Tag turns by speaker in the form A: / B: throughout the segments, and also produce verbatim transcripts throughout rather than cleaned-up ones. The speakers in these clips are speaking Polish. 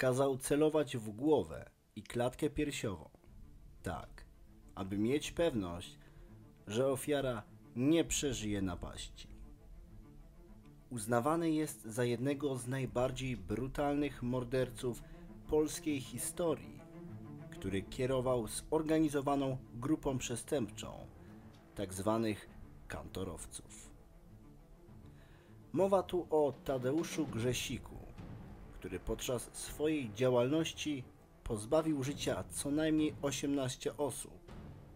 A: kazał celować w głowę i klatkę piersiową, tak, aby mieć pewność, że ofiara nie przeżyje napaści. Uznawany jest za jednego z najbardziej brutalnych morderców polskiej historii, który kierował zorganizowaną grupą przestępczą tzw. kantorowców. Mowa tu o Tadeuszu Grzesiku, który podczas swojej działalności pozbawił życia co najmniej osiemnaście osób.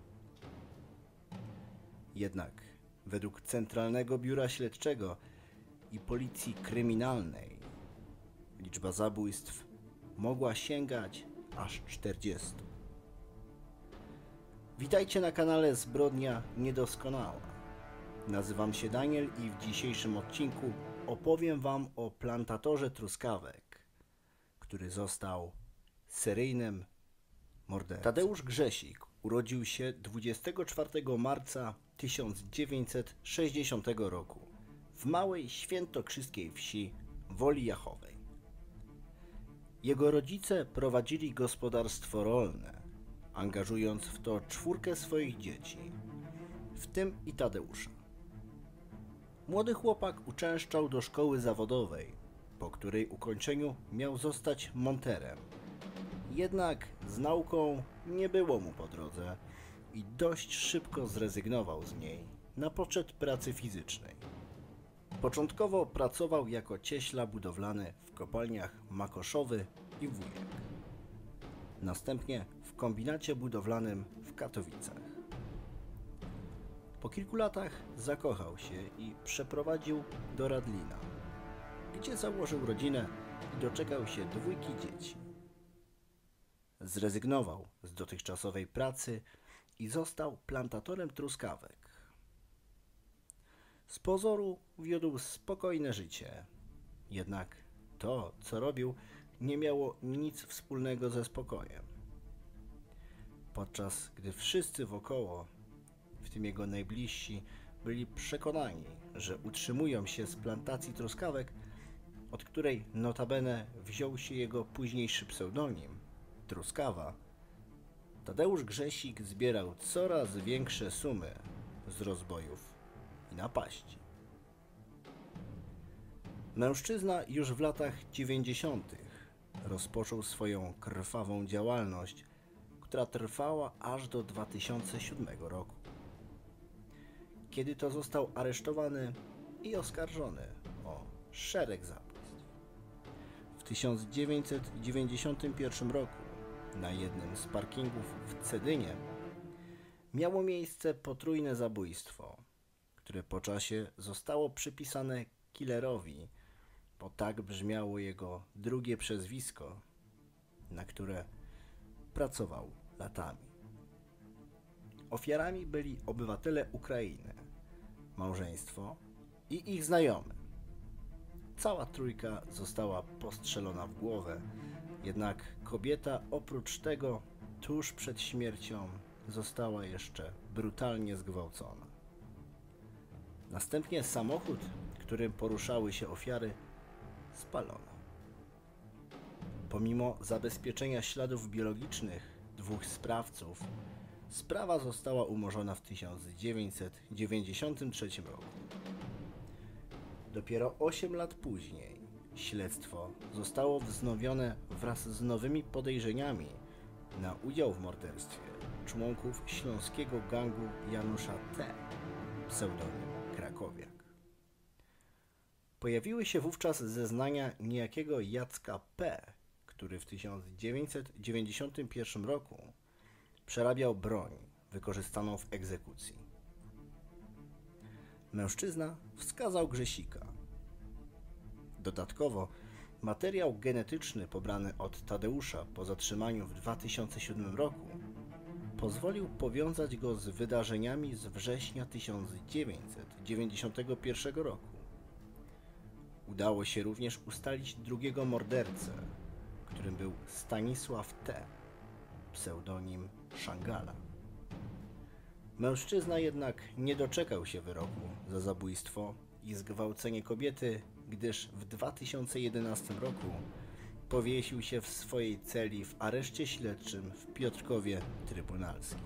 A: Jednak według Centralnego Biura Śledczego i Policji Kryminalnej liczba zabójstw mogła sięgać aż czterdziestu. Witajcie na kanale Zbrodnia Niedoskonała. Nazywam się Daniel i w dzisiejszym odcinku opowiem Wam o plantatorze truskawek, który został seryjnym mordercą. Tadeusz Grzesik urodził się dwudziestego czwartego marca tysiąc dziewięćset sześćdziesiątego roku w małej świętokrzyskiej wsi Woli Jachowej. Jego rodzice prowadzili gospodarstwo rolne, angażując w to czwórkę swoich dzieci, w tym i Tadeusza. Młody chłopak uczęszczał do szkoły zawodowej, po której ukończeniu miał zostać monterem. Jednak z nauką nie było mu po drodze i dość szybko zrezygnował z niej na poczet pracy fizycznej. Początkowo pracował jako cieśla budowlany w kopalniach Makoszowy i Wujek. Następnie w kombinacie budowlanym w Katowicach. Po kilku latach zakochał się i przeprowadził do Radlina, gdzie założył rodzinę i doczekał się dwójki dzieci. Zrezygnował z dotychczasowej pracy i został plantatorem truskawek. Z pozoru wiódł spokojne życie, jednak to, co robił, nie miało nic wspólnego ze spokojem. Podczas gdy wszyscy wokoło, w tym jego najbliżsi, byli przekonani, że utrzymują się z plantacji truskawek, od której notabene wziął się jego późniejszy pseudonim Truskawa, Tadeusz Grzesik zbierał coraz większe sumy z rozbojów i napaści. Mężczyzna już w latach dziewięćdziesiątych rozpoczął swoją krwawą działalność, która trwała aż do dwa tysiące siódmego roku, kiedy to został aresztowany i oskarżony o szereg zabójstw. W tysiąc dziewięćset dziewięćdziesiątym pierwszym roku na jednym z parkingów w Cedynie miało miejsce potrójne zabójstwo, które po czasie zostało przypisane killerowi, bo tak brzmiało jego drugie przezwisko, na które pracował latami. Ofiarami byli obywatele Ukrainy, małżeństwo i ich znajomy. Cała trójka została postrzelona w głowę, jednak kobieta oprócz tego tuż przed śmiercią została jeszcze brutalnie zgwałcona. Następnie samochód, którym poruszały się ofiary, spalono. Pomimo zabezpieczenia śladów biologicznych dwóch sprawców, sprawa została umorzona w tysiąc dziewięćset dziewięćdziesiątym trzecim roku. Dopiero osiem lat później śledztwo zostało wznowione wraz z nowymi podejrzeniami na udział w morderstwie członków śląskiego gangu Janusza T., pseudonim Krakowiak. Pojawiły się wówczas zeznania niejakiego Jacka P., który w tysiąc dziewięćset dziewięćdziesiątym pierwszym roku przerabiał broń wykorzystaną w egzekucji. Mężczyzna wskazał Grzesika. Dodatkowo materiał genetyczny pobrany od Tadeusza po zatrzymaniu w dwa tysiące siódmym roku pozwolił powiązać go z wydarzeniami z września tysiąc dziewięćset dziewięćdziesiątego pierwszego roku. Udało się również ustalić drugiego mordercę, którym był Stanisław T., pseudonim Szangala. Mężczyzna jednak nie doczekał się wyroku za zabójstwo i zgwałcenie kobiety, gdyż w dwa tysiące jedenastym roku powiesił się w swojej celi w areszcie śledczym w Piotrkowie Trybunalskim.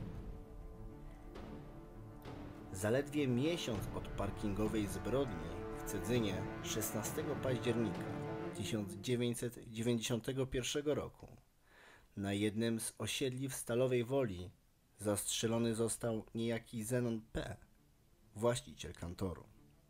A: Zaledwie miesiąc od parkingowej zbrodni w Cedzynie szesnastego października tysiąc dziewięćset dziewięćdziesiątego pierwszego roku na jednym z osiedli w Stalowej Woli zastrzelony został niejaki Zenon P., właściciel kantoru.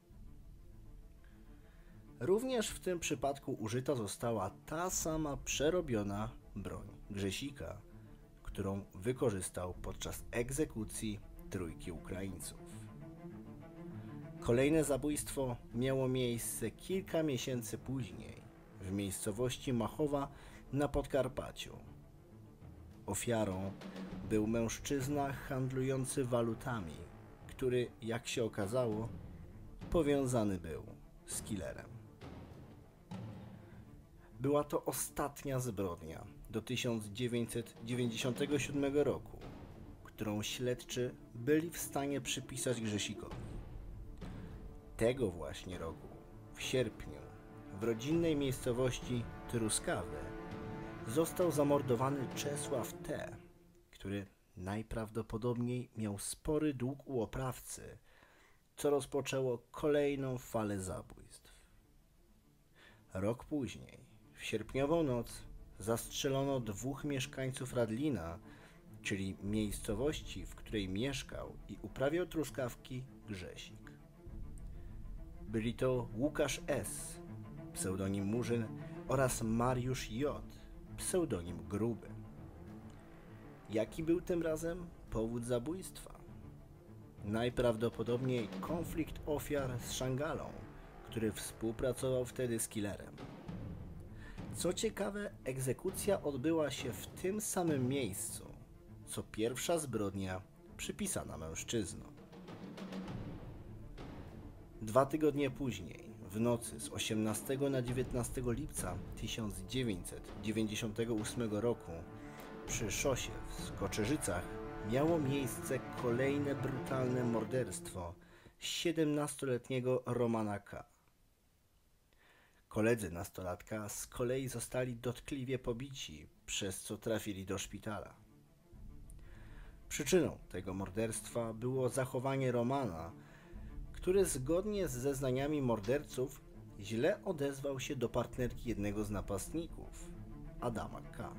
A: Również w tym przypadku użyta została ta sama przerobiona broń Grzesika, którą wykorzystał podczas egzekucji trójki Ukraińców. Kolejne zabójstwo miało miejsce kilka miesięcy później w miejscowości Machowa na Podkarpaciu. Ofiarą był mężczyzna handlujący walutami, który, jak się okazało, powiązany był z killerem. Była to ostatnia zbrodnia do tysiąc dziewięćset dziewięćdziesiątego siódmego roku, którą śledczy byli w stanie przypisać Grzesikowi. Tego właśnie roku, w sierpniu, w rodzinnej miejscowości Truskawy został zamordowany Czesław T., który najprawdopodobniej miał spory dług u oprawcy, co rozpoczęło kolejną falę zabójstw. Rok później, w sierpniową noc, zastrzelono dwóch mieszkańców Radlina, czyli miejscowości, w której mieszkał i uprawiał truskawki Grzesik. Byli to Łukasz S., pseudonim Murzyn, oraz Mariusz J., pseudonim Gruby. Jaki był tym razem powód zabójstwa? Najprawdopodobniej konflikt ofiar z Szangalą, który współpracował wtedy z killerem. Co ciekawe, egzekucja odbyła się w tym samym miejscu, co pierwsza zbrodnia przypisana mężczyznom. Dwa tygodnie później, w nocy z osiemnastego na dziewiętnastego lipca tysiąc dziewięćset dziewięćdziesiątego ósmego roku przy szosie w Skoczerzycach miało miejsce kolejne brutalne morderstwo siedemnastoletniego Romana K. Koledzy nastolatka z kolei zostali dotkliwie pobici, przez co trafili do szpitala. Przyczyną tego morderstwa było zachowanie Romana, który zgodnie z zeznaniami morderców źle odezwał się do partnerki jednego z napastników, Adama K.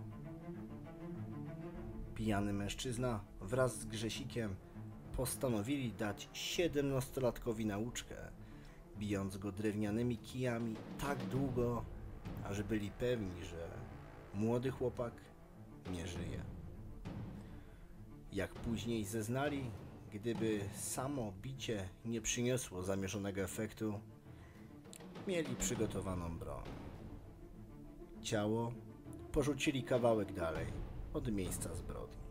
A: Pijany mężczyzna wraz z Grzesikiem postanowili dać siedemnastolatkowi nauczkę, bijąc go drewnianymi kijami tak długo, aż byli pewni, że młody chłopak nie żyje. Jak później zeznali, gdyby samo bicie nie przyniosło zamierzonego efektu, mieli przygotowaną broń. Ciało porzucili kawałek dalej od miejsca zbrodni.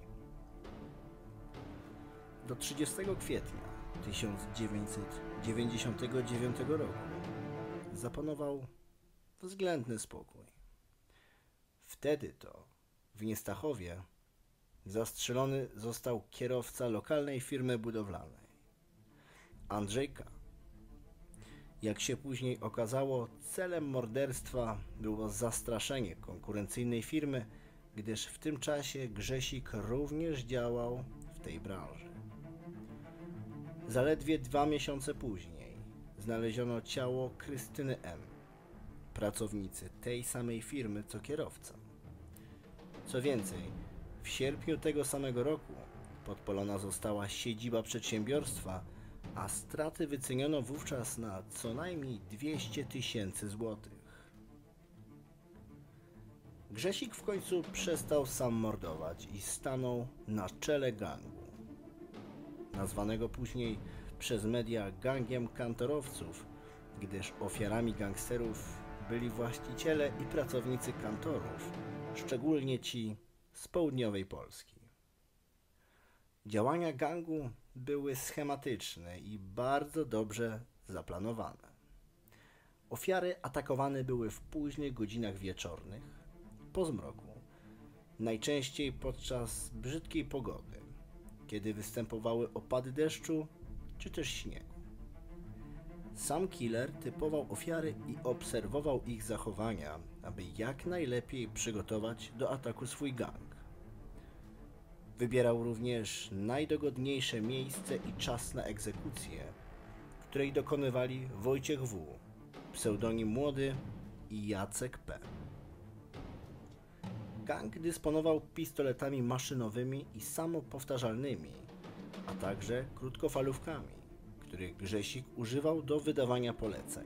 A: Do trzydziestego kwietnia tysiąc dziewięćset dziewięćdziesiątego dziewiątego roku zapanował względny spokój. Wtedy to w Niestachowie zastrzelony został kierowca lokalnej firmy budowlanej, Andrzej K. Jak się później okazało, celem morderstwa było zastraszenie konkurencyjnej firmy, gdyż w tym czasie Grzesik również działał w tej branży. Zaledwie dwa miesiące później znaleziono ciało Krystyny M., pracownicy tej samej firmy co kierowca. Co więcej, w sierpniu tego samego roku podpalona została siedziba przedsiębiorstwa, a straty wyceniono wówczas na co najmniej dwieście tysięcy złotych. Grzesik w końcu przestał sam mordować i stanął na czele gangu, nazwanego później przez media gangiem kantorowców, gdyż ofiarami gangsterów byli właściciele i pracownicy kantorów, szczególnie ci z południowej Polski. Działania gangu były schematyczne i bardzo dobrze zaplanowane. Ofiary atakowane były w późnych godzinach wieczornych, po zmroku, najczęściej podczas brzydkiej pogody, kiedy występowały opady deszczu czy też śniegu. Sam killer typował ofiary i obserwował ich zachowania, aby jak najlepiej przygotować do ataku swój gang. Wybierał również najdogodniejsze miejsce i czas na egzekucję, której dokonywali Wojciech W., pseudonim Młody i Jacek P. Gang dysponował pistoletami maszynowymi i samopowtarzalnymi, a także krótkofalówkami, których Grzesik używał do wydawania poleceń.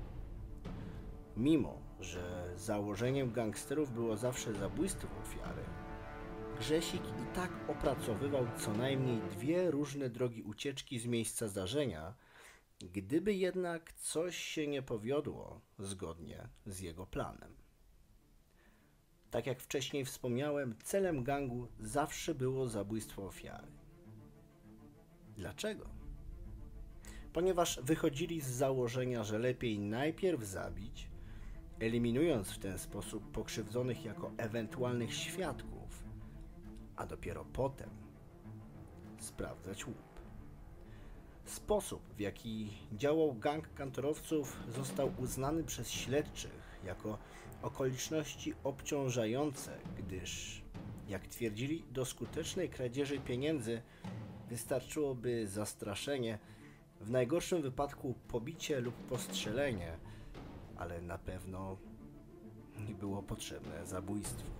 A: Mimo że założeniem gangsterów było zawsze zabójstwo ofiary, Grzesik i tak opracowywał co najmniej dwie różne drogi ucieczki z miejsca zdarzenia, gdyby jednak coś się nie powiodło zgodnie z jego planem. Tak jak wcześniej wspomniałem, celem gangu zawsze było zabójstwo ofiary. Dlaczego? Ponieważ wychodzili z założenia, że lepiej najpierw zabić, eliminując w ten sposób pokrzywdzonych jako ewentualnych świadków, a dopiero potem sprawdzać łup. Sposób, w jaki działał gang kantorowców, został uznany przez śledczych jako okoliczności obciążające, gdyż, jak twierdzili, do skutecznej kradzieży pieniędzy wystarczyłoby zastraszenie, w najgorszym wypadku pobicie lub postrzelenie, ale na pewno nie było potrzebne zabójstwo.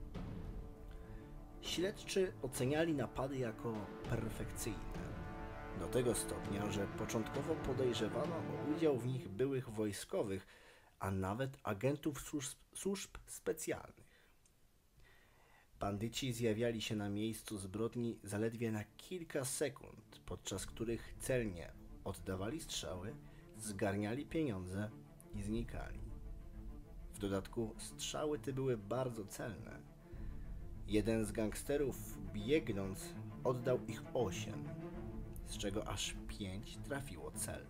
A: Śledczy oceniali napady jako perfekcyjne, do tego stopnia, że początkowo podejrzewano o udział w nich byłych wojskowych, a nawet agentów służb, służb specjalnych. Bandyci zjawiali się na miejscu zbrodni zaledwie na kilka sekund, podczas których celnie oddawali strzały, zgarniali pieniądze i znikali. W dodatku strzały te były bardzo celne. Jeden z gangsterów, biegnąc, oddał ich osiem, z czego aż pięć trafiło cel.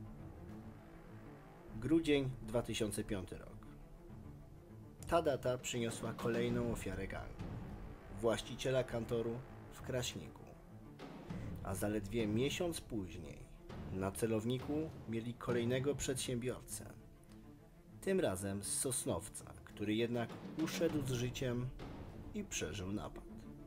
A: Grudzień dwa tysiące piąty rok. Ta data przyniosła kolejną ofiarę gangu, właściciela kantoru w Kraśniku. A zaledwie miesiąc później na celowniku mieli kolejnego przedsiębiorcę. Tym razem z Sosnowca, który jednak uszedł z życiem i przeżył napad.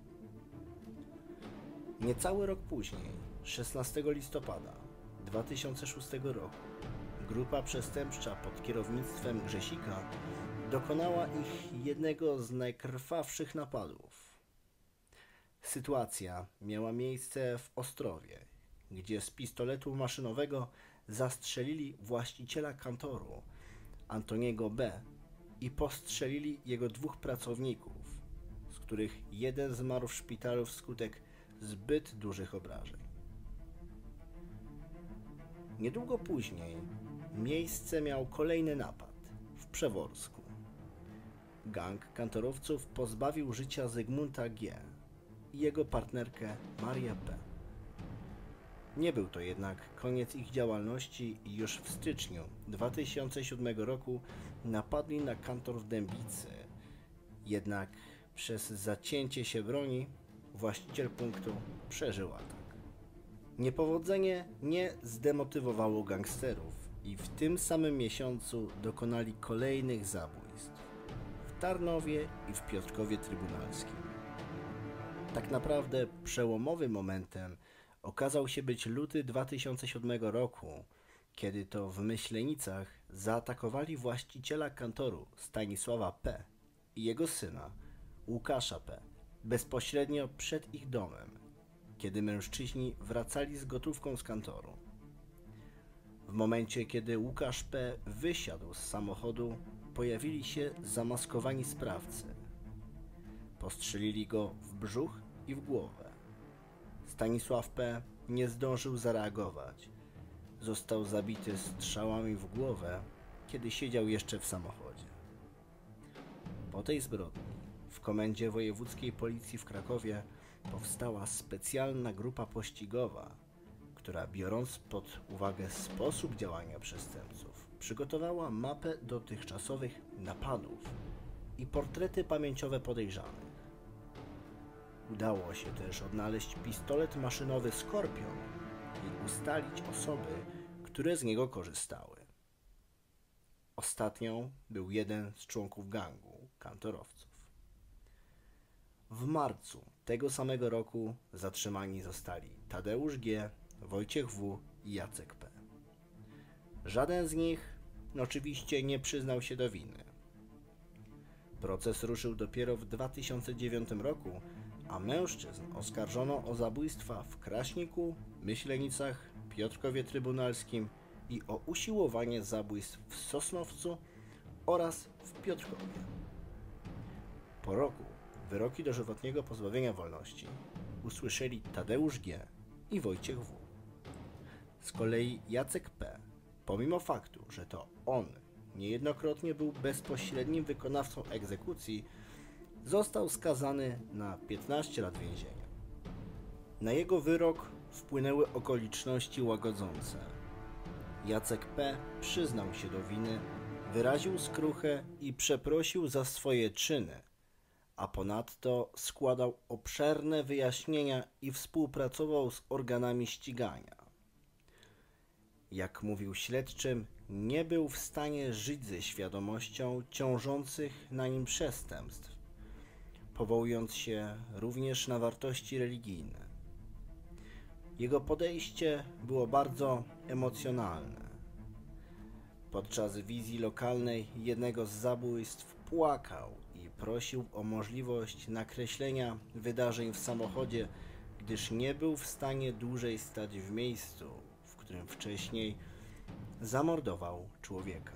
A: Niecały rok później, szesnastego listopada dwa tysiące szóstego roku, grupa przestępcza pod kierownictwem Grzesika dokonała ich jednego z najkrwawszych napadów. Sytuacja miała miejsce w Ostrowie, gdzie z pistoletu maszynowego zastrzelili właściciela kantoru, Antoniego B., i postrzelili jego dwóch pracowników, z których jeden zmarł w szpitalu wskutek zbyt dużych obrażeń. Niedługo później miejsce miał kolejny napad w Przeworsku. Gang kantorowców pozbawił życia Zygmunta G. i jego partnerkę Marię P. Nie był to jednak koniec ich działalności i już w styczniu dwa tysiące siódmego roku napadli na kantor w Dębicy. Jednak przez zacięcie się broni właściciel punktu przeżył atak. Niepowodzenie nie zdemotywowało gangsterów i w tym samym miesiącu dokonali kolejnych zabójstw w Tarnowie i w Piotrkowie Trybunalskim. Tak naprawdę przełomowym momentem okazał się być luty dwa tysiące siódmego roku, kiedy to w Myślenicach zaatakowali właściciela kantoru Stanisława P. i jego syna Łukasza P. bezpośrednio przed ich domem, kiedy mężczyźni wracali z gotówką z kantoru. W momencie, kiedy Łukasz P. wysiadł z samochodu, pojawili się zamaskowani sprawcy. Postrzelili go w brzuch i w głowę. Stanisław P. nie zdążył zareagować. Został zabity strzałami w głowę, kiedy siedział jeszcze w samochodzie. Po tej zbrodni w Komendzie Wojewódzkiej Policji w Krakowie powstała specjalna grupa pościgowa, która, biorąc pod uwagę sposób działania przestępców, przygotowała mapę dotychczasowych napadów i portrety pamięciowe podejrzanych. Udało się też odnaleźć pistolet maszynowy Skorpion i ustalić osoby, które z niego korzystały. Ostatnią był jeden z członków gangu kantorowców. W marcu tego samego roku zatrzymani zostali Tadeusz G., Wojciech W. i Jacek P. Żaden z nich oczywiście nie przyznał się do winy. Proces ruszył dopiero w dwa tysiące dziewiątym roku, a mężczyzn oskarżono o zabójstwa w Kraśniku, Myślenicach, Piotrkowie Trybunalskim i o usiłowanie zabójstw w Sosnowcu oraz w Piotrkowie. Po roku wyroki dożywotniego pozbawienia wolności usłyszeli Tadeusz G. i Wojciech W. Z kolei Jacek P., pomimo faktu, że to on niejednokrotnie był bezpośrednim wykonawcą egzekucji, został skazany na piętnaście lat więzienia. Na jego wyrok wpłynęły okoliczności łagodzące. Jacek P. przyznał się do winy, wyraził skruchę i przeprosił za swoje czyny, a ponadto składał obszerne wyjaśnienia i współpracował z organami ścigania. Jak mówił śledczym, nie był w stanie żyć ze świadomością ciążących na nim przestępstw, powołując się również na wartości religijne. Jego podejście było bardzo emocjonalne. Podczas wizji lokalnej jednego z zabójstw płakał i prosił o możliwość nakreślenia wydarzeń w samochodzie, gdyż nie był w stanie dłużej stać w miejscu, w którym wcześniej zamordował człowieka.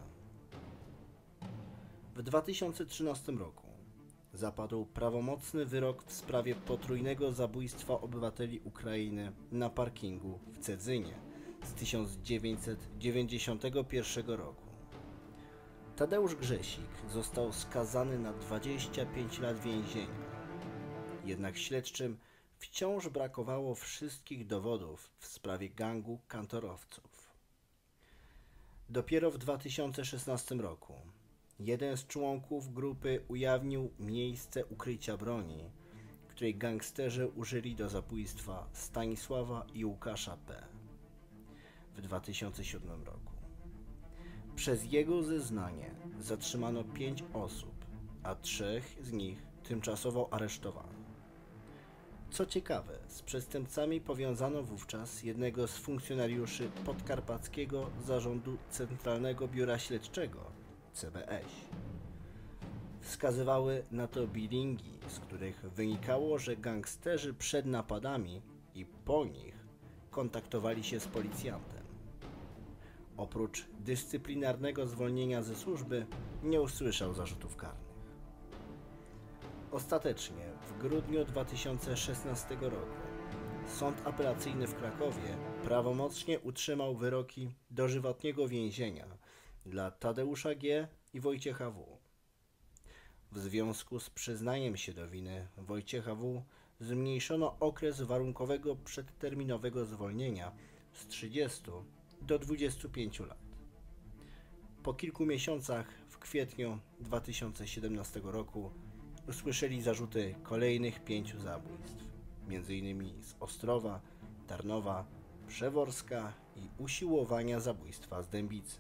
A: W dwa tysiące trzynastym roku zapadł prawomocny wyrok w sprawie potrójnego zabójstwa obywateli Ukrainy na parkingu w Cedzynie z tysiąc dziewięćset dziewięćdziesiątego pierwszego roku. Tadeusz Grzesik został skazany na dwadzieścia pięć lat więzienia. Jednak śledczym wciąż brakowało wszystkich dowodów w sprawie gangu kantorowców. Dopiero w dwa tysiące szesnastym roku jeden z członków grupy ujawnił miejsce ukrycia broni, której gangsterzy użyli do zabójstwa Stanisława i Łukasza P. w dwa tysiące siódmym roku. Przez jego zeznanie zatrzymano pięć osób, a trzech z nich tymczasowo aresztowano. Co ciekawe, z przestępcami powiązano wówczas jednego z funkcjonariuszy Podkarpackiego Zarządu Centralnego Biura Śledczego, C B S. Wskazywały na to bilingi, z których wynikało, że gangsterzy przed napadami i po nich kontaktowali się z policjantem. Oprócz dyscyplinarnego zwolnienia ze służby nie usłyszał zarzutów karnych. Ostatecznie w grudniu dwa tysiące szesnastego roku Sąd Apelacyjny w Krakowie prawomocnie utrzymał wyroki dożywotniego więzienia dla Tadeusza G. i Wojciecha W. W związku z przyznaniem się do winy Wojciecha W. zmniejszono okres warunkowego przedterminowego zwolnienia z trzydziestu do dwudziestu pięciu lat. Po kilku miesiącach w kwietniu dwa tysiące siedemnastego roku usłyszeli zarzuty kolejnych pięciu zabójstw, między innymi z Ostrowa, Tarnowa, Przeworska i usiłowania zabójstwa z Dębicy.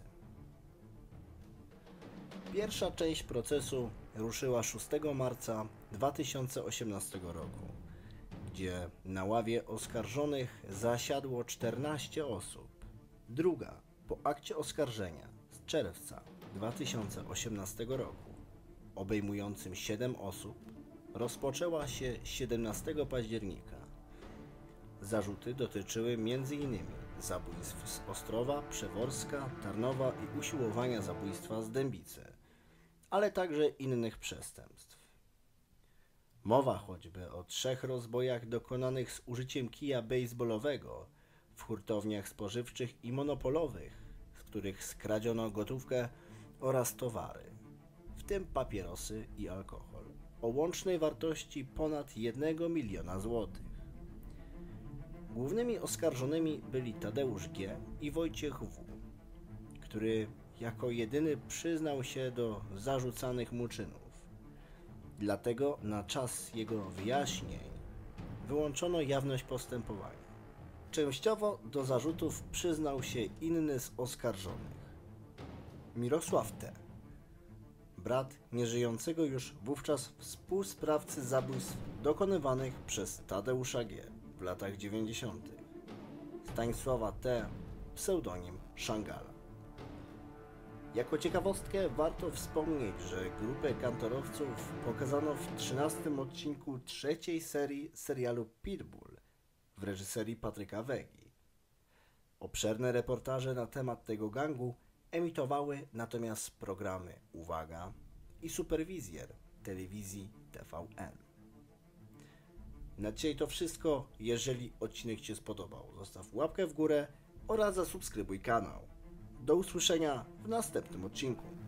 A: Pierwsza część procesu ruszyła szóstego marca dwa tysiące osiemnastego roku, gdzie na ławie oskarżonych zasiadło czternaście osób. Druga, po akcie oskarżenia z czerwca dwa tysiące osiemnastego roku, obejmującym siedem osób, rozpoczęła się siedemnastego października. Zarzuty dotyczyły między innymi zabójstw z Ostrowa, Przeworska, Tarnowa i usiłowania zabójstwa z Dębicy, ale także innych przestępstw. Mowa choćby o trzech rozbojach dokonanych z użyciem kija bejsbolowego w hurtowniach spożywczych i monopolowych, z których skradziono gotówkę oraz towary, w tym papierosy i alkohol, o łącznej wartości ponad jednego miliona złotych. Głównymi oskarżonymi byli Tadeusz G. i Wojciech W., który jako jedyny przyznał się do zarzucanych mu czynów. Dlatego na czas jego wyjaśnień wyłączono jawność postępowania. Częściowo do zarzutów przyznał się inny z oskarżonych. Mirosław T., brat nieżyjącego już wówczas współsprawcy zabójstw dokonywanych przez Tadeusza G. w latach dziewięćdziesiątych. Stanisława T., pseudonim Szangala. Jako ciekawostkę warto wspomnieć, że grupę kantorowców pokazano w trzynastym odcinku trzeciej serii serialu Pitbull w reżyserii Patryka Wegi. Obszerne reportaże na temat tego gangu emitowały natomiast programy Uwaga i Superwizjer telewizji T V N. Na dzisiaj to wszystko. Jeżeli odcinek Ci się spodobał, zostaw łapkę w górę oraz zasubskrybuj kanał. Do usłyszenia w następnym odcinku.